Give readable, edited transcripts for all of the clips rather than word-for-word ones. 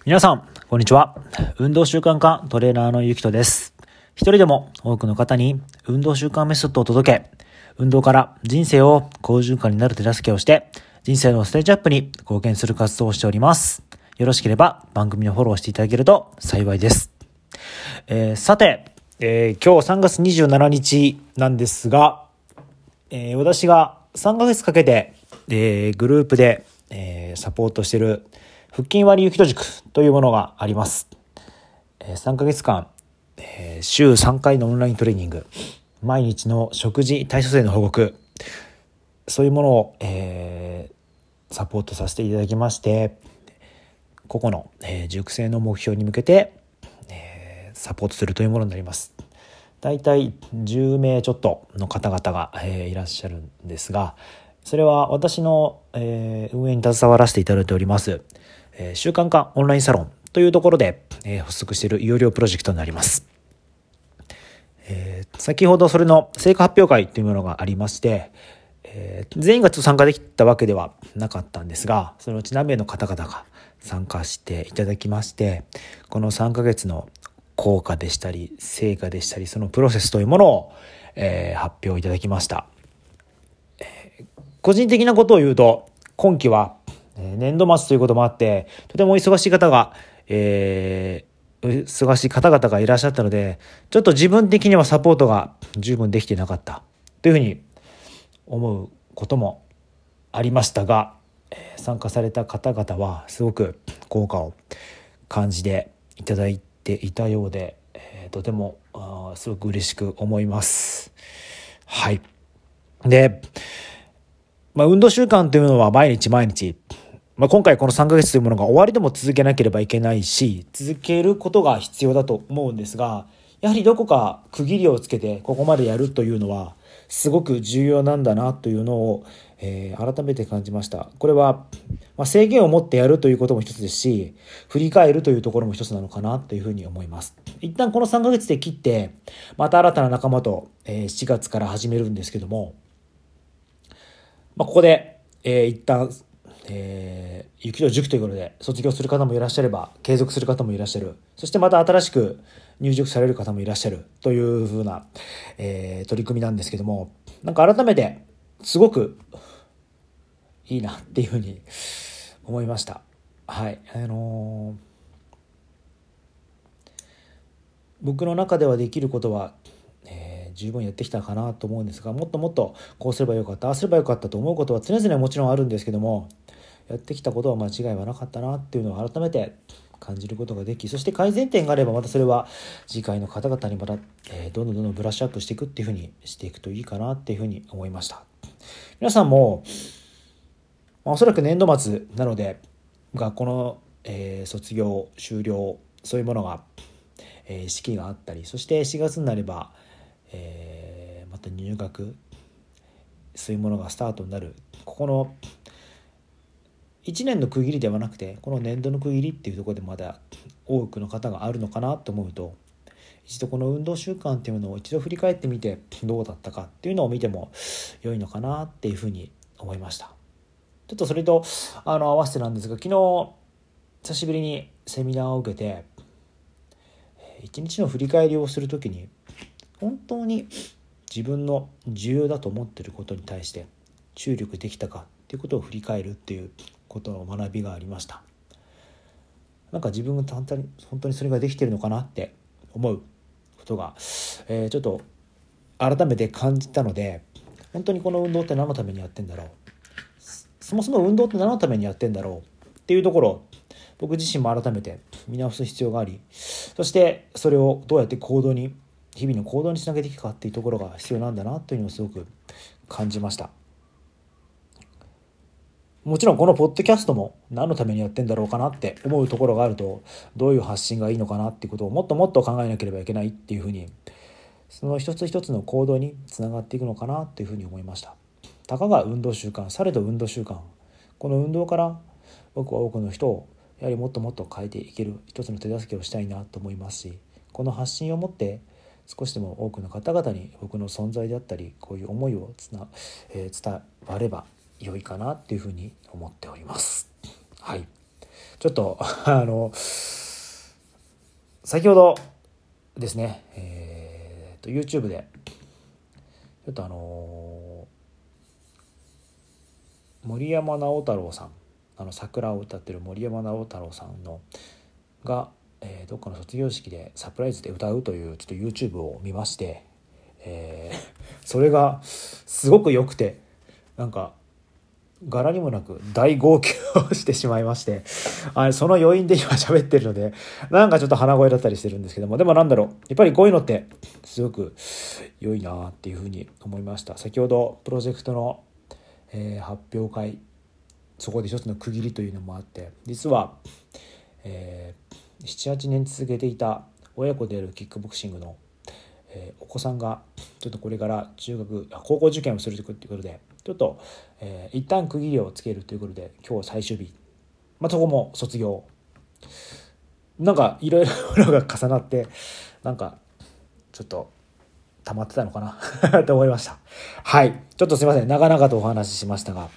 皆さん、こんにちは。運動習慣科トレーナーのゆきとです。一人でも多くの方に運動習慣メソッドを届け、運動から人生を好循環になる手助けをして、人生のステージアップに貢献する活動をしております。よろしければ番組のフォローしていただけると幸いです。さて、今日3月27日なんですが、私が3ヶ月かけて、グループで、サポートしている腹筋割りゆきと塾というものがあります。3ヶ月間、週3回のオンライントレーニング、毎日の食事、体組成の報告、そういうものを、サポートさせていただきまして、個々の、塾生の目標に向けて、サポートするというものになります。だいたい10名ちょっとの方々が、いらっしゃるんですが、それは私の、運営に携わらせていただいております、習慣化オンラインサロンというところで、発足している有料プロジェクトになります。先ほどそれの成果発表会というものがありまして、全員が参加できたわけではなかったんですが、そのうち何名の方々が参加していただきまして、この3ヶ月の効果でしたり成果でしたりそのプロセスというものを、発表いただきました。個人的なことを言うと、今期は年度末ということもあってとても忙しい方が、忙しい方々がいらっしゃったので、ちょっと自分的にはサポートが十分できていなかったというふうに思うこともありましたが、参加された方々はすごく効果を感じていただいていたようで、とてもすごく嬉しく思います。はい。で、運動習慣というのは毎日、今回この3ヶ月というものが終わりでも続けなければいけないし、続けることが必要だと思うんですが、やはりどこか区切りをつけてここまでやるというのはすごく重要なんだなというのを、改めて感じました。これは、制限を持ってやるということも一つですし、振り返るというところも一つなのかなというふうに思います。一旦この3ヶ月で切って、また新たな仲間と、7月から始めるんですけども、ここで、一旦、ゆきと塾ということで卒業する方もいらっしゃれば継続する方もいらっしゃる、そしてまた新しく入塾される方もいらっしゃるというふうな、取り組みなんですけども、なんか改めてすごくいいなっていうふうに思いました。はい。僕の中ではできることは十分やってきたかなと思うんですが、もっともっとこうすればよかった、ああすればよかったと思うことは常々もちろんあるんですけども、やってきたことは間違いはなかったなっていうのを改めて感じることができ、そして改善点があればまたそれは次回の方々にまた、どんどんブラッシュアップしていくっていうふうにしていくといいかなっていうふうに思いました。皆さんも、おそらく年度末なので学校の、卒業修了そういうものが、式があったり、そして4月になればまた入学、そういうものがスタートになる、ここの1年の区切りではなくてこの年度の区切りっていうところでまだ多くの方があるのかなと思うと、一度この運動習慣っていうのを一度振り返ってみてどうだったかっていうのを見ても良いのかなっていうふうに思いました。ちょっとそれと合わせてなんですが、昨日久しぶりにセミナーを受けて一日の振り返りをするときに、本当に自分の重要だと思っていることに対して注力できたかっていうことを振り返るっていうことの学びがありました。なんか自分が本当にそれができているのかなって思うことが、ちょっと改めて感じたので、本当にこの運動って何のためにやってんだろう、そもそも運動って何のためにやってんだろうっていうところを僕自身も改めて見直す必要があり、そしてそれをどうやって日々の行動につなげていくかっていうところが必要なんだなというのをすごく感じました。もちろんこのポッドキャストも何のためにやってんだろうかなって思うところがあると、どういう発信がいいのかなっていうことをもっともっと考えなければいけないっていうふうに、その一つ一つの行動につながっていくのかなっていうふうに思いました。たかが運動習慣、されど運動習慣、この運動から僕は多くの人をやはりもっともっと変えていける一つの手助けをしたいなと思いますし、この発信をもって少しでも多くの方々に僕の存在であったりこういう思いを伝われば良いかなっていうふうに思っております。はい。 ちょっと先ほどですね、YouTube でちょっと森山直太朗さん、桜を歌ってる森山直太朗さんのが、どっかの卒業式でサプライズで歌うというちょっと YouTube を見まして、それがすごく良くて、なんか柄にもなく大号泣をしてしまいまして、その余韻で今喋ってるのでなんかちょっと鼻声だったりしてるんですけども、でもやっぱりこういうのってすごく良いなっていうふうに思いました。先ほどプロジェクトの、発表会、そこで一つの区切りというのもあって、実は、7,8 年続けていた親子でやるキックボクシングの、お子さんがちょっとこれから高校受験をするということでちょっと、一旦区切りをつけるということで今日最終日、そこも卒業、なんかいろいろなものが重なってなんかちょっと溜まってたのかなと思いました。はい、ちょっとすいません、長々とお話ししましたが、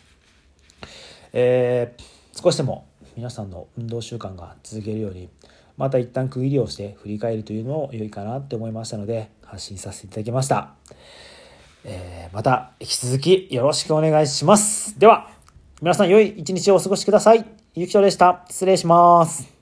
少しでも皆さんの運動習慣が続けるようにまた一旦区切りをして振り返るというのも良いかなって思いましたので発信させていただきました。また引き続きよろしくお願いします。では皆さん良い一日をお過ごしください。ゆきとでした。失礼します。